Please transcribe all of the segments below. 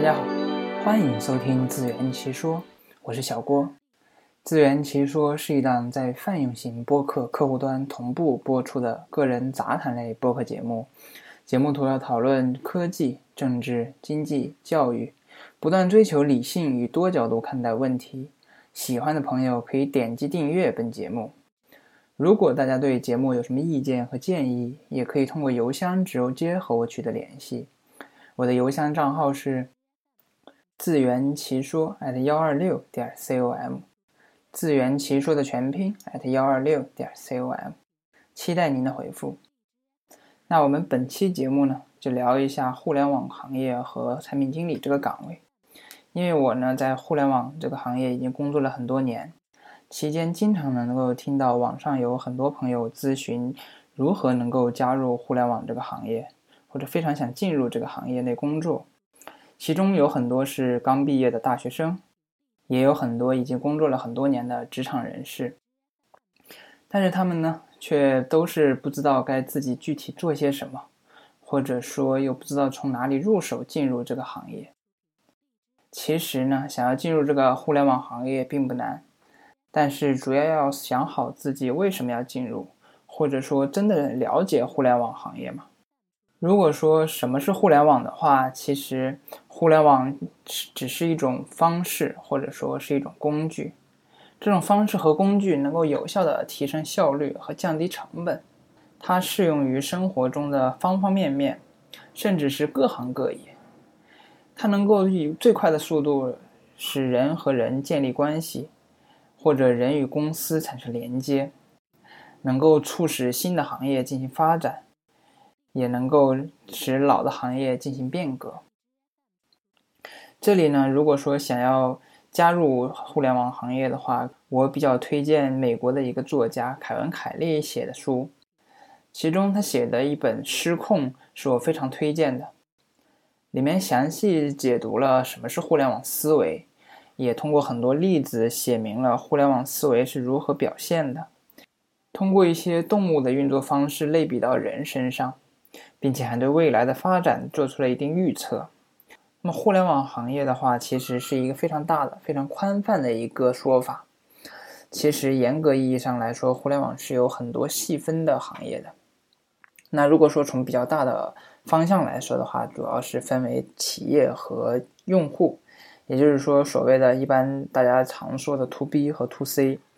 家好，欢迎收听自圆其说，我是小郭。自圆其说是一档在泛用型播客客户端同步播出的个人杂谈类播客节目，节目主要讨论科技、政治、经济、教育，不断追求理性与多角度看待问题。喜欢的朋友可以点击订阅本节目。如果大家对节目有什么意见和建议，也可以通过邮箱直接和我取得联系。我的邮箱账号是自圆其说 @126.com， 自圆其说的全拼 @126.com， 期待您的回复。那我们本期节目呢，就聊一下互联网行业和产品经理这个岗位。因为我呢，在互联网这个行业已经工作了很多年，期间经常能够听到网上有很多朋友咨询如何能够加入互联网这个行业，或者非常想进入这个行业内工作。其中有很多是刚毕业的大学生，也有很多已经工作了很多年的职场人士。但是他们呢，却都是不知道该自己具体做些什么，或者说又不知道从哪里入手进入这个行业。其实呢，想要进入这个互联网行业并不难，但是主要想好自己为什么要进入，或者说真的了解互联网行业吗？如果说什么是互联网的话，其实互联网只是一种方式，或者说是一种工具。这种方式和工具能够有效地提升效率和降低成本，它适用于生活中的方方面面，甚至是各行各业。它能够以最快的速度使人和人建立关系，或者人与公司产生连接，能够促使新的行业进行发展，也能够使老的行业进行变革。这里呢，如果说想要加入互联网行业的话，我比较推荐美国的一个作家凯文·凯利写的书，其中他写的一本《失控》是我非常推荐的。里面详细解读了什么是互联网思维，也通过很多例子写明了互联网思维是如何表现的，通过一些动物的运作方式类比到人身上，并且还对未来的发展做出了一定预测。那么互联网行业的话，其实是一个非常大的、非常宽泛的一个说法。其实严格意义上来说，互联网是有很多细分的行业的。那如果说从比较大的方向来说的话，主要是分为企业和用户，也就是说所谓的一般大家常说的 To B 和 To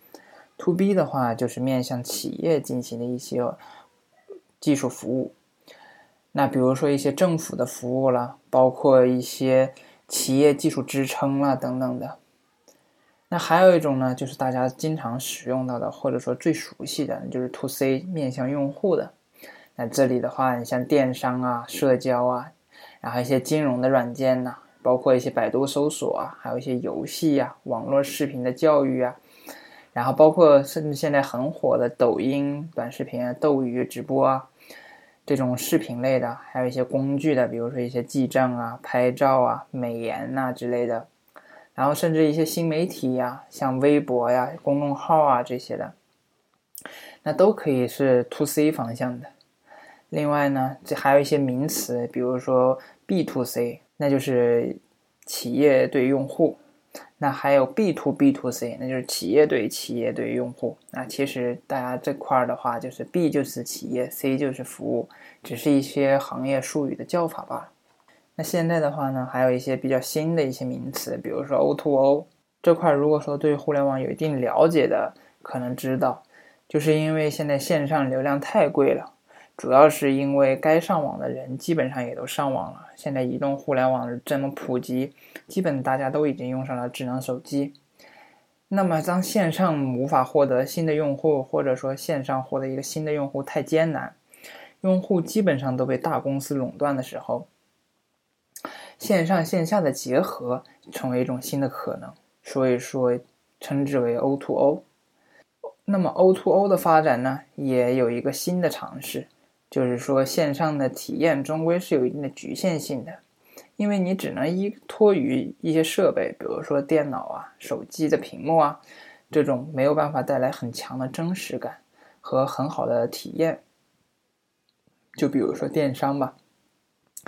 C。To B 的话就是面向企业进行的一些技术服务，那比如说一些政府的服务啦，包括一些企业技术支撑啦等等的。那还有一种呢，就是大家经常使用到的，或者说最熟悉的，就是 To C 面向用户的。那这里的话，你像电商啊、社交啊，然后一些金融的软件呐，包括一些百度搜索啊，还有一些游戏啊、网络视频的教育啊，然后包括甚至现在很火的抖音短视频啊、斗鱼直播啊，这种视频类的，还有一些工具的，比如说一些记账啊、拍照啊、美颜啊之类的，然后甚至一些新媒体呀，像微博呀、公众号啊这些的，那都可以是 To C 方向的。另外呢，这还有一些名词，比如说 B2C， 那就是企业对用户，那还有 B2B2C， 那就是企业对企业对用户。那其实大家这块的话，就是 B 就是企业， C 就是服务，只是一些行业术语的叫法罢了。那现在的话呢，还有一些比较新的一些名词，比如说 O2O 这块，如果说对互联网有一定了解的可能知道，就是因为现在线上流量太贵了，主要是因为该上网的人基本上也都上网了，现在移动互联网这么普及，基本大家都已经用上了智能手机。那么当线上无法获得新的用户，或者说线上获得一个新的用户太艰难，用户基本上都被大公司垄断的时候，线上线下的结合成为一种新的可能，所以说称之为 O2O。 那么 O2O 的发展呢，也有一个新的尝试，就是说线上的体验终归是有一定的局限性的，因为你只能依托于一些设备，比如说电脑啊、手机的屏幕啊，这种没有办法带来很强的真实感和很好的体验。就比如说电商吧，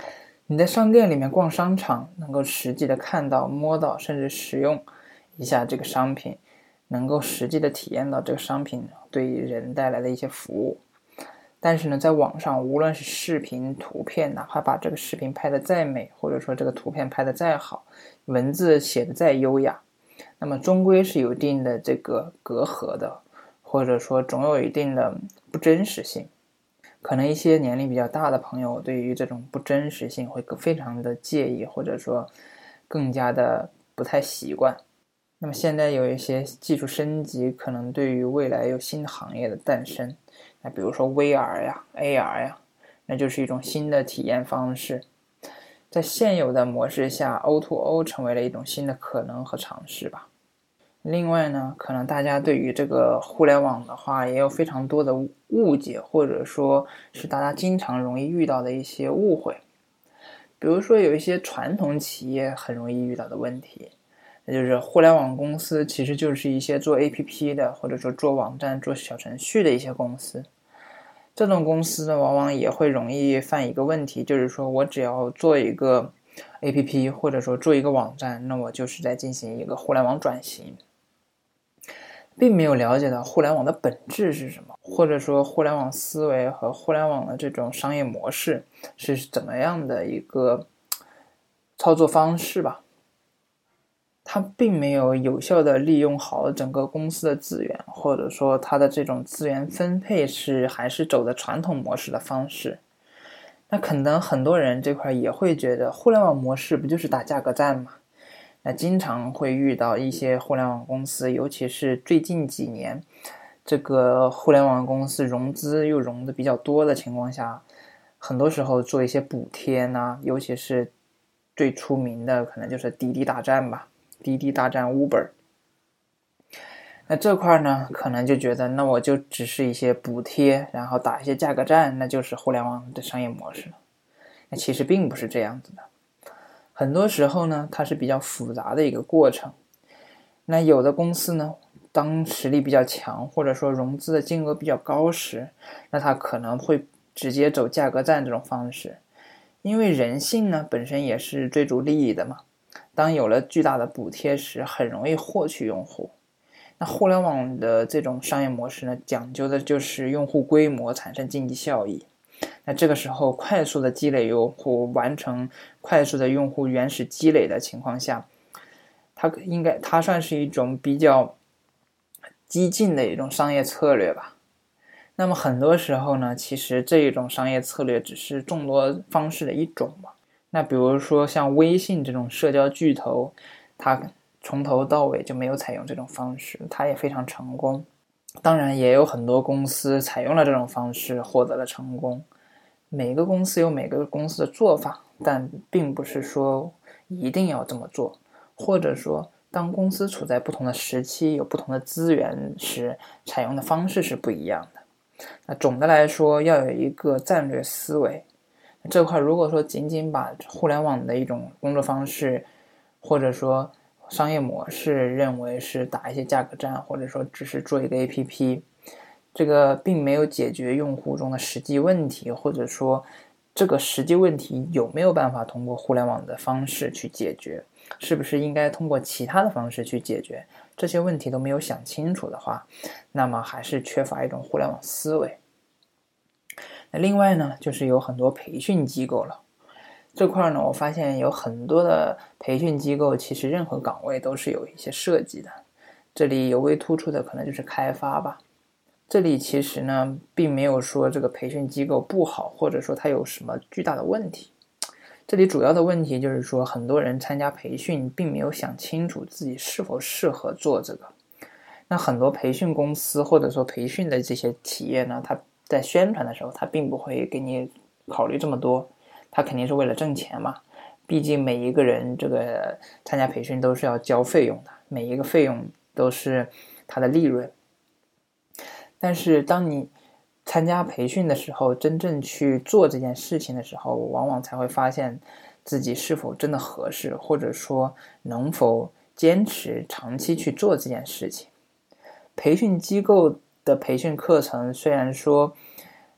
你在商店里面逛商场，能够实际的看到、摸到，甚至使用一下这个商品，能够实际的体验到这个商品对人带来的一些服务。但是呢，在网上，无论是视频、图片，哪怕把这个视频拍得再美，或者说这个图片拍得再好，文字写得再优雅，那么终归是有一定的这个隔阂的，或者说总有一定的不真实性。可能一些年龄比较大的朋友对于这种不真实性会非常的介意，或者说更加的不太习惯。那么现在有一些技术升级，可能对于未来有新的行业的诞生，那比如说 VR 呀、AR 呀，那就是一种新的体验方式。在现有的模式下 O2O 成为了一种新的可能和尝试吧。另外呢，可能大家对于这个互联网的话也有非常多的误解，或者说是大家经常容易遇到的一些误会。比如说有一些传统企业很容易遇到的问题，那就是互联网公司其实就是一些做 APP 的，或者说做网站、做小程序的一些公司。这种公司呢，往往也会容易犯一个问题，就是说我只要做一个 APP， 或者说做一个网站，那我就是在进行一个互联网转型，并没有了解到互联网的本质是什么，或者说互联网思维和互联网的这种商业模式是怎么样的一个操作方式吧。它并没有有效的利用好整个公司的资源，或者说它的这种资源分配还是走的传统模式的方式。那可能很多人这块也会觉得互联网模式不就是打价格战吗？那经常会遇到一些互联网公司，尤其是最近几年这个互联网公司融资又融的比较多的情况下，很多时候做一些补贴呢，尤其是最出名的可能就是滴滴大战吧，滴滴大战 Uber。 那这块呢可能就觉得那我就只是一些补贴，然后打一些价格战，那就是互联网的商业模式了。那其实并不是这样子的，很多时候呢它是比较复杂的一个过程。那有的公司呢，当实力比较强，或者说融资的金额比较高时，那它可能会直接走价格战这种方式。因为人性呢本身也是追逐利益的嘛，当有了巨大的补贴时，很容易获取用户。那互联网的这种商业模式呢，讲究的就是用户规模产生经济效益。那这个时候快速的积累用户，完成快速的用户原始积累的情况下，它算是一种比较激进的一种商业策略吧。那么很多时候呢，其实这一种商业策略只是众多方式的一种嘛。那比如说像微信这种社交巨头，它从头到尾就没有采用这种方式，它也非常成功。当然也有很多公司采用了这种方式获得了成功。每个公司有每个公司的做法，但并不是说一定要这么做，或者说当公司处在不同的时期，有不同的资源时，采用的方式是不一样的。那总的来说，要有一个战略思维。这块如果说仅仅把互联网的一种工作方式，或者说商业模式认为是打一些价格战，或者说只是做一个 APP， 这个并没有解决用户中的实际问题，或者说这个实际问题有没有办法通过互联网的方式去解决，是不是应该通过其他的方式去解决，这些问题都没有想清楚的话，那么还是缺乏一种互联网思维。那另外呢，就是有很多培训机构了。这块呢，我发现有很多的培训机构，其实任何岗位都是有一些设计的。这里尤为突出的可能就是开发吧。这里其实呢，并没有说这个培训机构不好，或者说它有什么巨大的问题。这里主要的问题就是说，很多人参加培训，并没有想清楚自己是否适合做这个。那很多培训公司或者说培训的这些企业呢，它在宣传的时候，它并不会给你考虑这么多。他肯定是为了挣钱嘛，毕竟每一个人这个参加培训都是要交费用的，每一个费用都是他的利润。但是当你参加培训的时候，真正去做这件事情的时候，往往才会发现自己是否真的合适，或者说能否坚持长期去做这件事情。培训机构的培训课程虽然说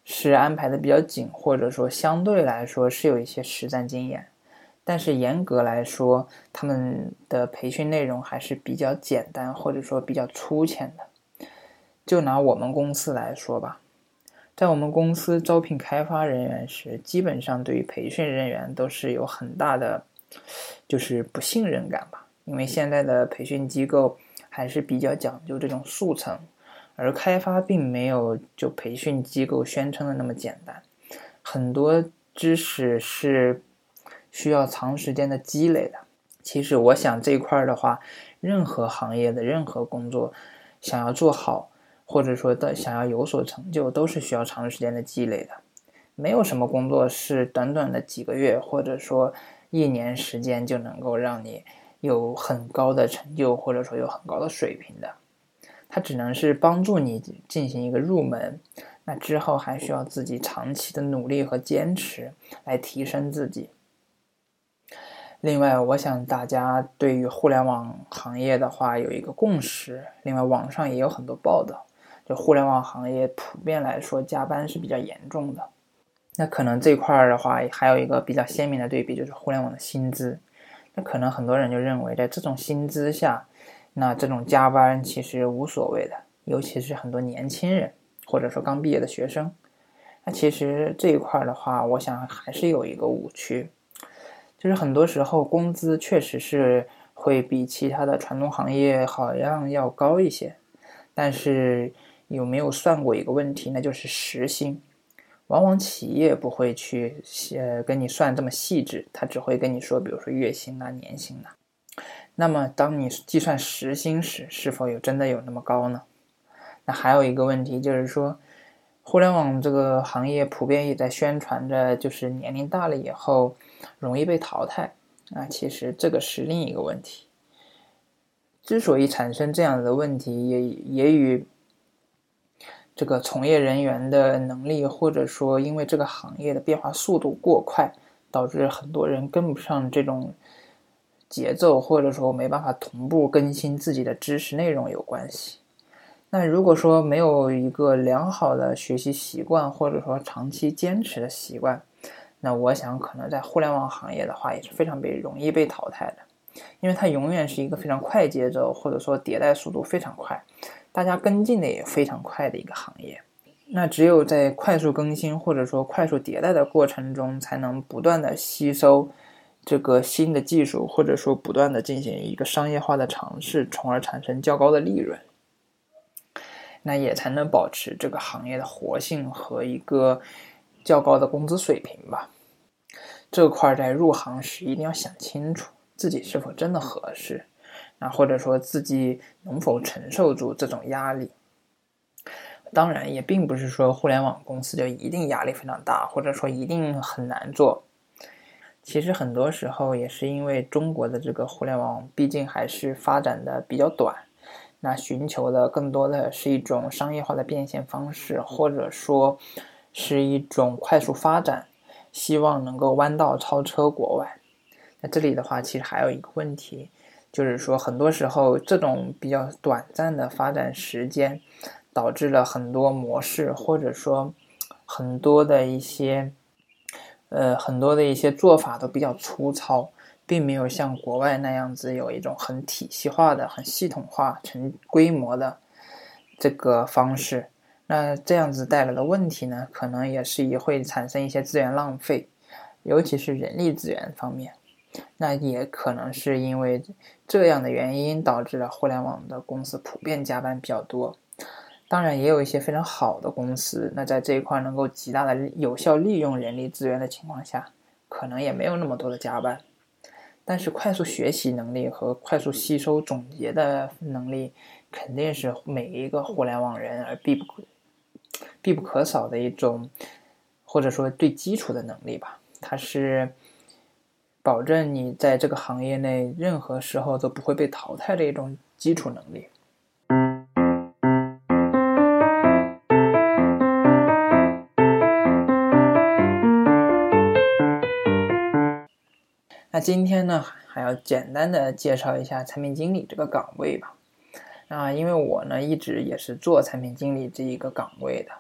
是安排的比较紧，或者说相对来说是有一些实战经验，但是严格来说他们的培训内容还是比较简单，或者说比较粗浅的。就拿我们公司来说吧，在我们公司招聘开发人员时，基本上对于培训人员都是有很大的就是不信任感吧，因为现在的培训机构还是比较讲究这种速成，而开发并没有就培训机构宣称的那么简单，很多知识是需要长时间的积累的。其实我想这一块的话，任何行业的任何工作想要做好，或者说想要有所成就，都是需要长时间的积累的。没有什么工作是短短的几个月或者说1年时间就能够让你有很高的成就，或者说有很高的水平的。它只能是帮助你进行一个入门，那之后还需要自己长期的努力和坚持来提升自己。另外，我想大家对于互联网行业的话有一个共识，另外网上也有很多报道，就互联网行业普遍来说加班是比较严重的。那可能这块的话还有一个比较鲜明的对比，就是互联网的薪资。那可能很多人就认为在这种薪资下，那这种加班其实无所谓的，尤其是很多年轻人或者说刚毕业的学生。那其实这一块的话，我想还是有一个误区，就是很多时候工资确实是会比其他的传统行业好像要高一些，但是有没有算过一个问题，那就是时薪。往往企业不会去跟你算这么细致，他只会跟你说比如说月薪啊年薪啊。那么当你计算时薪时，是否真的有那么高呢？那还有一个问题就是说，互联网这个行业普遍也在宣传着就是年龄大了以后容易被淘汰啊，其实这个是另一个问题。之所以产生这样的问题，也与这个从业人员的能力，或者说因为这个行业的变化速度过快，导致很多人跟不上这种节奏，或者说没办法同步更新自己的知识内容有关系。那如果说没有一个良好的学习习惯，或者说长期坚持的习惯，那我想可能在互联网行业的话也是非常容易被淘汰的，因为它永远是一个非常快节奏，或者说迭代速度非常快，大家跟进的也非常快的一个行业。那只有在快速更新或者说快速迭代的过程中，才能不断的吸收这个新的技术，或者说不断的进行一个商业化的尝试，从而产生较高的利润。那也才能保持这个行业的活性和一个较高的工资水平吧。这块在入行时一定要想清楚自己是否真的合适，或者说自己能否承受住这种压力。当然也并不是说互联网公司就一定压力非常大，或者说一定很难做。其实很多时候也是因为中国的这个互联网毕竟还是发展的比较短，那寻求的更多的是一种商业化的变现方式，或者说是一种快速发展，希望能够弯道超车国外。那这里的话其实还有一个问题，就是说很多时候这种比较短暂的发展时间导致了很多模式，或者说很多的一些做法都比较粗糙，并没有像国外那样子有一种很体系化的、很系统化、成规模的这个方式。那这样子带来的问题呢，可能也会产生一些资源浪费，尤其是人力资源方面。那也可能是因为这样的原因导致了互联网的公司普遍加班比较多。当然也有一些非常好的公司，那在这一块能够极大的有效利用人力资源的情况下，可能也没有那么多的加班。但是快速学习能力和快速吸收总结的能力肯定是每一个互联网人而必不可少的一种，或者说最基础的能力吧。它是保证你在这个行业内任何时候都不会被淘汰的一种基础能力。那今天呢，还要简单的介绍一下产品经理这个岗位吧。因为我呢一直也是做产品经理这一个岗位的。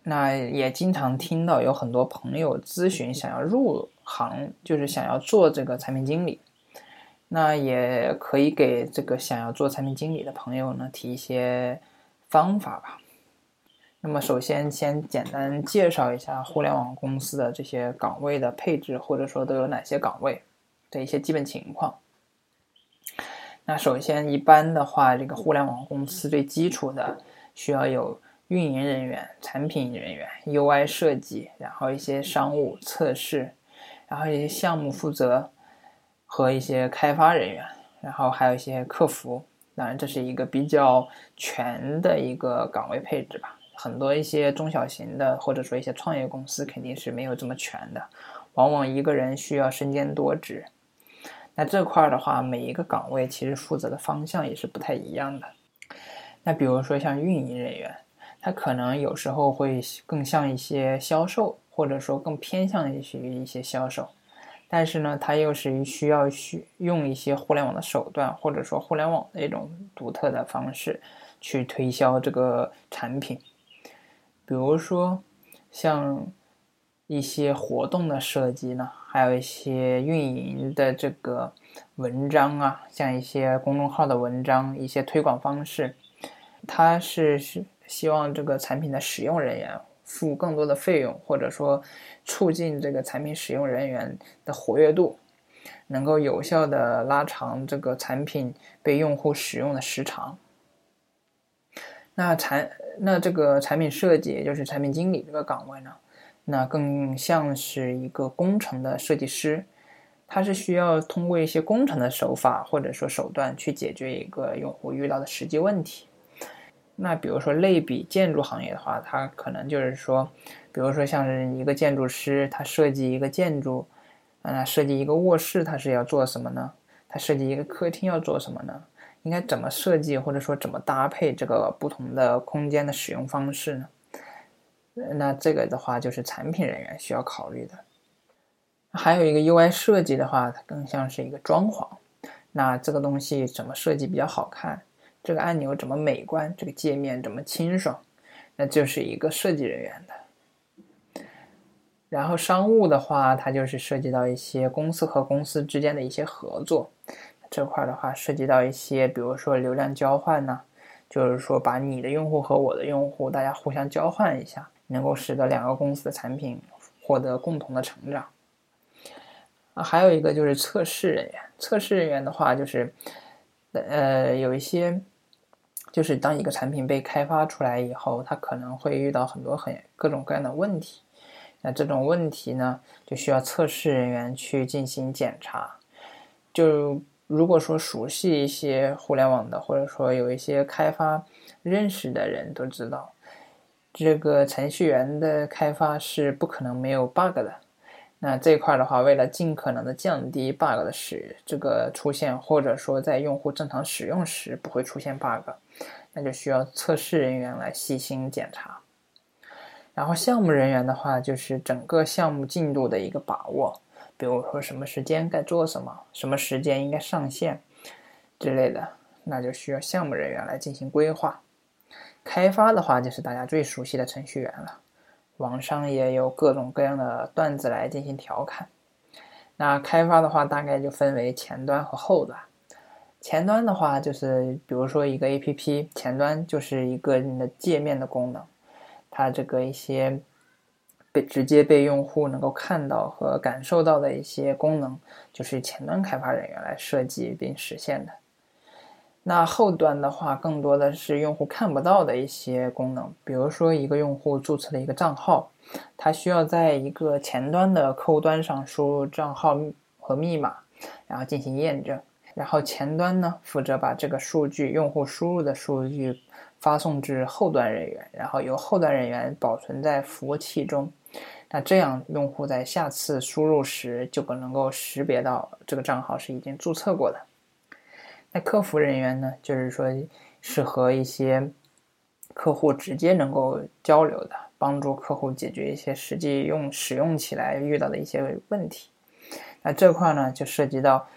那也经常听到有很多朋友咨询想要入行，就是想要做这个产品经理。那也可以给这个想要做产品经理的朋友呢提一些方法吧。那么首先先简单介绍一下互联网公司的这些岗位的配置，或者说都有哪些岗位的一些基本情况。那首先一般的话，这个互联网公司最基础的需要有运营人员、产品人员、UI 设计，然后一些商务测试，然后一些项目负责和一些开发人员，然后还有一些客服。当然这是一个比较全的一个岗位配置吧，很多一些中小型的或者说一些创业公司肯定是没有这么全的，往往一个人需要身兼多职。那这块的话，每一个岗位其实负责的方向也是不太一样的。那比如说像运营人员，他可能有时候会更像一些销售，或者说更偏向于一些销售，但是呢，他又是需要用一些互联网的手段，或者说互联网的一种独特的方式去推销这个产品。比如说像一些活动的设计呢，还有一些运营的这个文章啊，像一些公众号的文章，一些推广方式，它是希望这个产品的使用人员付更多的费用，或者说促进这个产品使用人员的活跃度，能够有效的拉长这个产品被用户使用的时长。那这个产品设计，也就是产品经理这个岗位呢，那更像是一个工程的设计师，他是需要通过一些工程的手法或者说手段去解决一个用户遇到的实际问题。那比如说类比建筑行业的话，它可能就是说，比如说像是一个建筑师，他设计一个建筑，设计一个卧室，他是要做什么呢？他设计一个客厅要做什么呢？应该怎么设计，或者说怎么搭配这个不同的空间的使用方式呢？那这个的话就是产品人员需要考虑的。还有一个 UI 设计的话，它更像是一个装潢，那这个东西怎么设计比较好看，这个按钮怎么美观，这个界面怎么清爽，那就是一个设计人员的。然后商务的话，它就是涉及到一些公司和公司之间的一些合作，这块的话涉及到一些比如说流量交换呢，就是说把你的用户和我的用户大家互相交换一下，能够使得两个公司的产品获得共同的成长。还有一个就是测试人员，测试人员的话就是有一些就是当一个产品被开发出来以后，它可能会遇到很多各种各样的问题，那这种问题呢就需要测试人员去进行检查。就如果说熟悉一些互联网的，或者说有一些开发认识的人都知道，这个程序员的开发是不可能没有 bug 的。那这一块的话，为了尽可能的降低 bug 的这个出现，或者说在用户正常使用时不会出现 bug， 那就需要测试人员来细心检查。然后项目人员的话，就是整个项目进度的一个把握，比如说什么时间该做什么，什么时间应该上线之类的，那就需要项目人员来进行规划。开发的话，就是大家最熟悉的程序员了，网上也有各种各样的段子来进行调侃。那开发的话，大概就分为前端和后端。前端的话，就是比如说一个 APP， 前端就是一个你的界面的功能，它这个一些直接被用户能够看到和感受到的一些功能，就是前端开发人员来设计并实现的。那后端的话，更多的是用户看不到的一些功能，比如说一个用户注册了一个账号，他需要在一个前端的客户端上输入账号和密码，然后进行验证，然后前端呢负责把这个数据，用户输入的数据发送至后端人员，然后由后端人员保存在服务器中。那这样用户在下次输入时就能够识别到这个账号是已经注册过的。那客服人员呢，就是说是和一些客户直接能够交流的，帮助客户解决一些实际使用起来遇到的一些问题。那这块呢就涉及到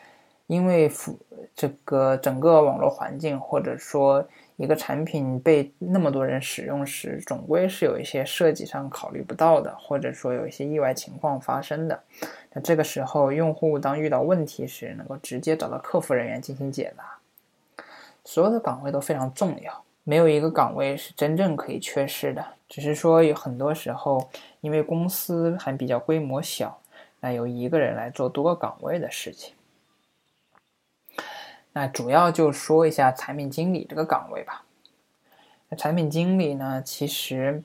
因为这个整个网络环境或者说一个产品被那么多人使用时，总归是有一些设计上考虑不到的，或者说有一些意外情况发生的。那这个时候用户当遇到问题时，能够直接找到客服人员进行解答。所有的岗位都非常重要，没有一个岗位是真正可以缺失的，只是说有很多时候因为公司还比较规模小，那由一个人来做多个岗位的事情。那主要就说一下产品经理这个岗位吧。那产品经理呢，其实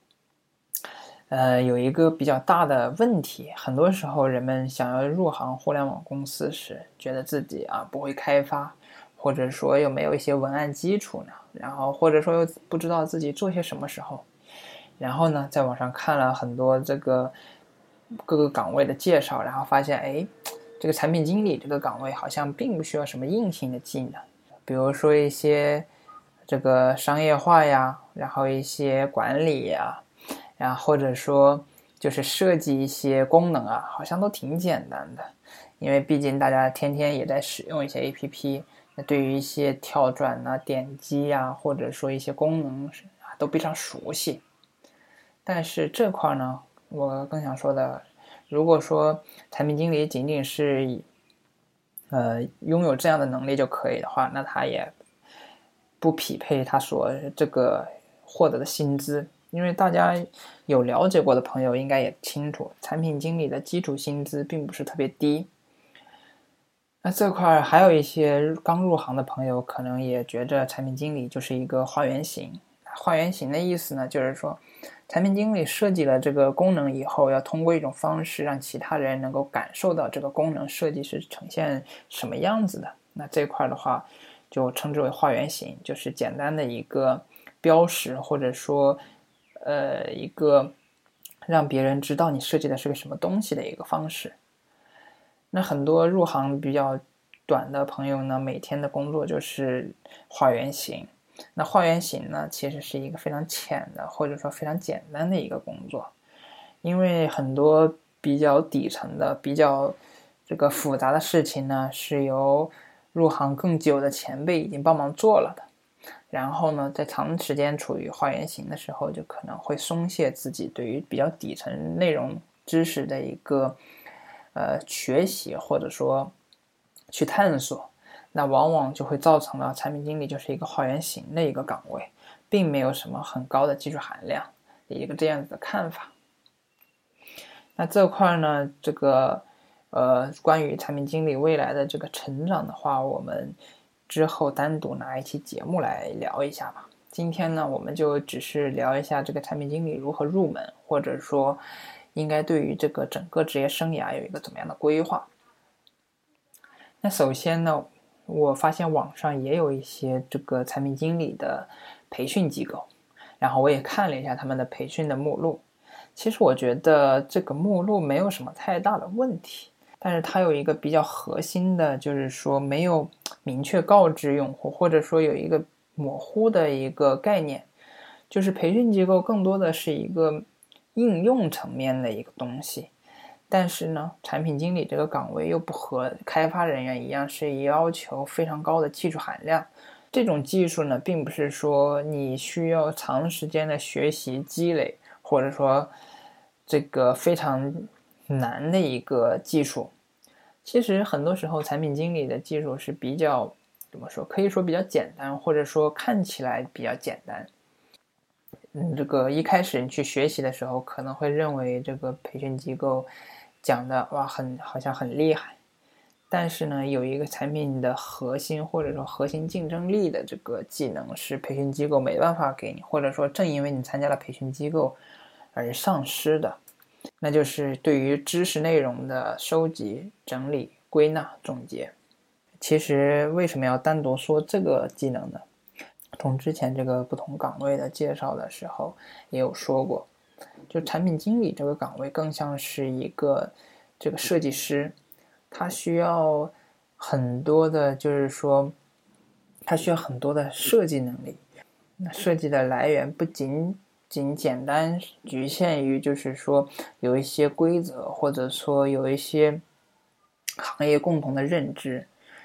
有一个比较大的问题，很多时候人们想要入行互联网公司时，觉得自己不会开发，或者说又没有一些文案基础呢，然后或者说又不知道自己做些什么时候，然后呢在网上看了很多这个各个岗位的介绍，然后发现这个产品经理这个岗位好像并不需要什么硬性的技能，比如说一些这个商业化呀，然后一些管理呀，然后或者说就是设计一些功能好像都挺简单的，因为毕竟大家天天也在使用一些 APP， 那对于一些跳转点击或者说一些功能都非常熟悉。但是这块呢，我更想说的，如果说产品经理仅仅是拥有这样的能力就可以的话，那他也不匹配他所这个获得的薪资。因为大家有了解过的朋友应该也清楚，产品经理的基础薪资并不是特别低。那这块还有一些刚入行的朋友可能也觉着产品经理就是一个画原型。画原型的意思呢，就是说产品经理设计了这个功能以后，要通过一种方式让其他人能够感受到这个功能设计是呈现什么样子的。那这块的话就称之为画原型，就是简单的一个标识，或者说一个让别人知道你设计的是个什么东西的一个方式。那很多入行比较短的朋友呢，每天的工作就是画原型。那画原型呢，其实是一个非常浅的，或者说非常简单的一个工作，因为很多比较底层的、比较这个复杂的事情呢，是由入行更久的前辈已经帮忙做了的。然后呢，在长时间处于画原型的时候，就可能会松懈自己对于比较底层内容知识的一个学习，或者说去探索。那往往就会造成了产品经理就是一个画原型的一个岗位，并没有什么很高的技术含量的一个这样子的看法。那这块呢，这个关于产品经理未来的这个成长的话，我们之后单独拿一期节目来聊一下吧。今天呢，我们就只是聊一下这个产品经理如何入门，或者说应该对于这个整个职业生涯有一个怎么样的规划。那首先呢，我发现网上也有一些这个产品经理的培训机构，然后我也看了一下他们的培训的目录。其实我觉得这个目录没有什么太大的问题，但是它有一个比较核心的，就是说没有明确告知用户，或者说有一个模糊的一个概念，就是培训机构更多的是一个应用层面的一个东西。但是呢，产品经理这个岗位又不和开发人员一样是要求非常高的技术含量。这种技术呢，并不是说你需要长时间的学习积累，或者说这个非常难的一个技术。其实很多时候产品经理的技术是比较怎么说，可以说比较简单，或者说看起来比较简单。这个一开始你去学习的时候，可能会认为这个培训机构讲的好像很厉害，但是呢，有一个产品的核心或者说核心竞争力的这个技能是培训机构没办法给你，或者说正因为你参加了培训机构而丧失的，那就是对于知识内容的收集、整理、归纳、总结。其实为什么要单独说这个技能呢？从之前这个不同岗位的介绍的时候也有说过，就产品经理这个岗位更像是一个这个设计师，他需要很多的，就是说他需要很多的设计能力。那设计的来源不仅简单局限于就是说有一些规则，或者说有一些行业共同的认知，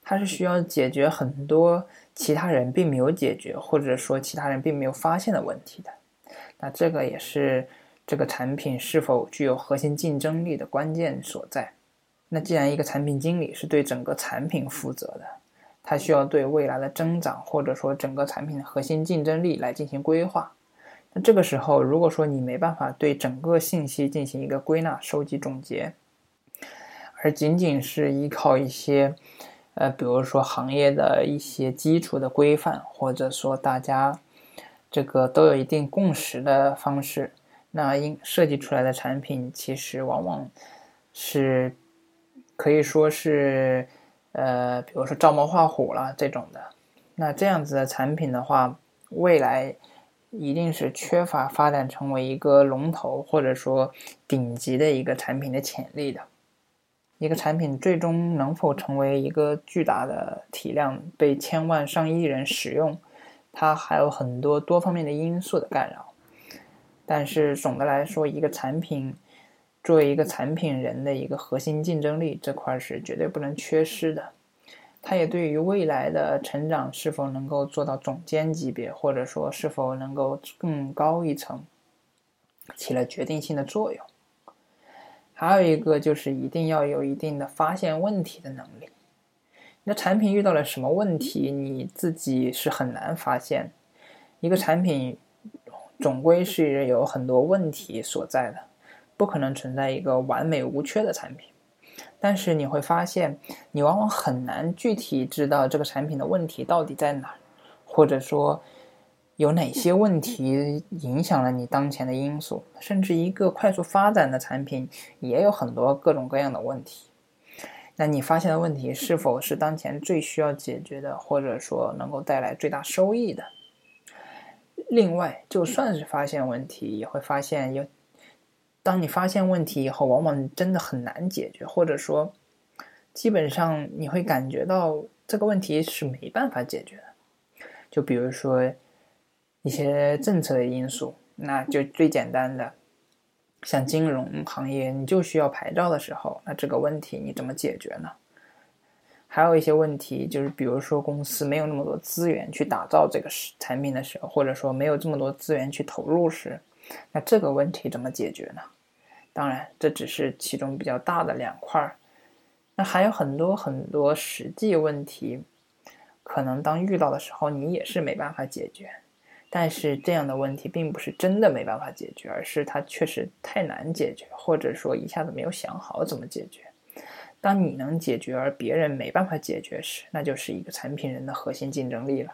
它是需要解决很多其他人并没有解决，或者说其他人并没有发现的问题的。那这个也是这个产品是否具有核心竞争力的关键所在。那既然一个产品经理是对整个产品负责的，他需要对未来的增长或者说整个产品的核心竞争力来进行规划。那这个时候，如果说你没办法对整个信息进行一个归纳、收集、总结，而仅仅是依靠一些比如说行业的一些基础的规范，或者说大家这个都有一定共识的方式，那设计出来的产品其实往往是可以说是比如说照猫画虎了这种的。那这样子的产品的话，未来一定是缺乏发展成为一个龙头或者说顶级的一个产品的潜力的。一个产品最终能否成为一个巨大的体量被千万上亿人使用，它还有很多多方面的因素的干扰。但是总的来说，一个产品作为一个产品人的一个核心竞争力这块是绝对不能缺失的。它也对于未来的成长是否能够做到总监级别，或者说是否能够更高一层，起了决定性的作用。还有一个就是一定要有一定的发现问题的能力。你的产品遇到了什么问题，你自己是很难发现。一个产品总归是有很多问题所在的，不可能存在一个完美无缺的产品。但是你会发现，你往往很难具体知道这个产品的问题到底在哪，或者说有哪些问题影响了你当前的因素。甚至一个快速发展的产品也有很多各种各样的问题。那你发现的问题是否是当前最需要解决的，或者说能够带来最大收益的？另外，就算是发现问题，也会发现当你发现问题以后，往往真的很难解决，或者说基本上你会感觉到这个问题是没办法解决的。就比如说一些政策的因素，那就最简单的像金融行业，你就需要牌照的时候，那这个问题你怎么解决呢？还有一些问题就是比如说公司没有那么多资源去打造这个产品的时候，或者说没有这么多资源去投入时，那这个问题怎么解决呢？当然这只是其中比较大的两块，那还有很多很多实际问题，可能当遇到的时候你也是没办法解决。但是这样的问题并不是真的没办法解决，而是它确实太难解决，或者说一下子没有想好怎么解决。当你能解决而别人没办法解决时，那就是一个产品人的核心竞争力了。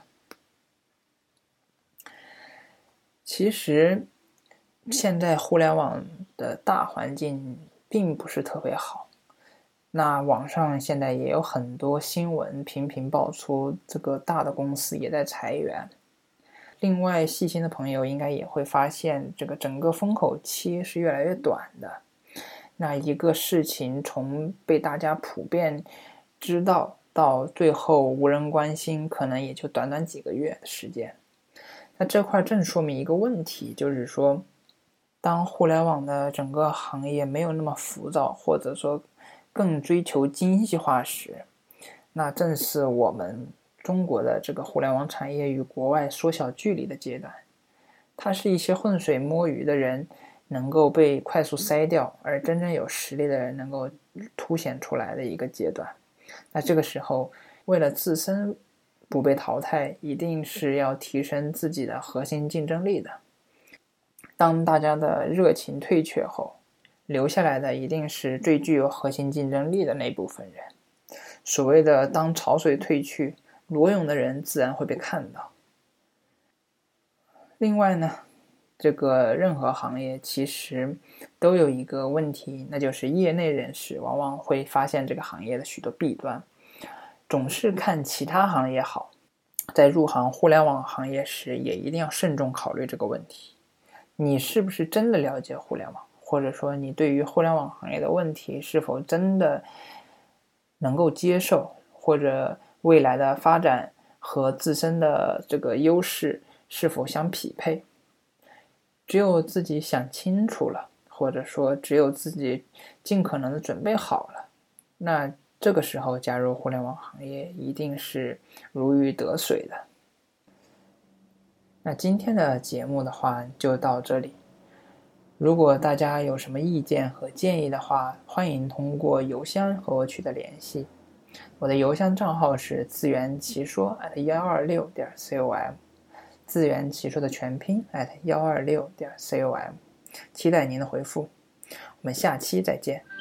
其实现在互联网的大环境并不是特别好，那网上现在也有很多新闻频频爆出这个大的公司也在裁员。另外细心的朋友应该也会发现，这个整个风口期是越来越短的。那一个事情从被大家普遍知道到最后无人关心，可能也就短短几个月的时间。那这块正说明一个问题，就是说当互联网的整个行业没有那么浮躁，或者说更追求精细化时，那正是我们中国的这个互联网产业与国外缩小距离的阶段。它是一些浑水摸鱼的人能够被快速筛掉，而真正有实力的人能够凸显出来的一个阶段。那这个时候，为了自身不被淘汰，一定是要提升自己的核心竞争力的。当大家的热情退却后，留下来的一定是最具有核心竞争力的那部分人。所谓的当潮水退去，裸泳的人自然会被看到。另外呢，这个任何行业其实都有一个问题，那就是业内人士往往会发现这个行业的许多弊端，总是看其他行业好，在入行互联网行业时也一定要慎重考虑这个问题。你是不是真的了解互联网，或者说你对于互联网行业的问题是否真的能够接受，或者未来的发展和自身的这个优势是否相匹配。只有自己想清楚了，或者说只有自己尽可能的准备好了，那这个时候加入互联网行业一定是如鱼得水的。那今天的节目的话就到这里。如果大家有什么意见和建议的话，欢迎通过邮箱和我取得联系。我的邮箱账号是自圆其说 @126.com， 自圆其说的全拼 @126.com， 期待您的回复。我们下期再见。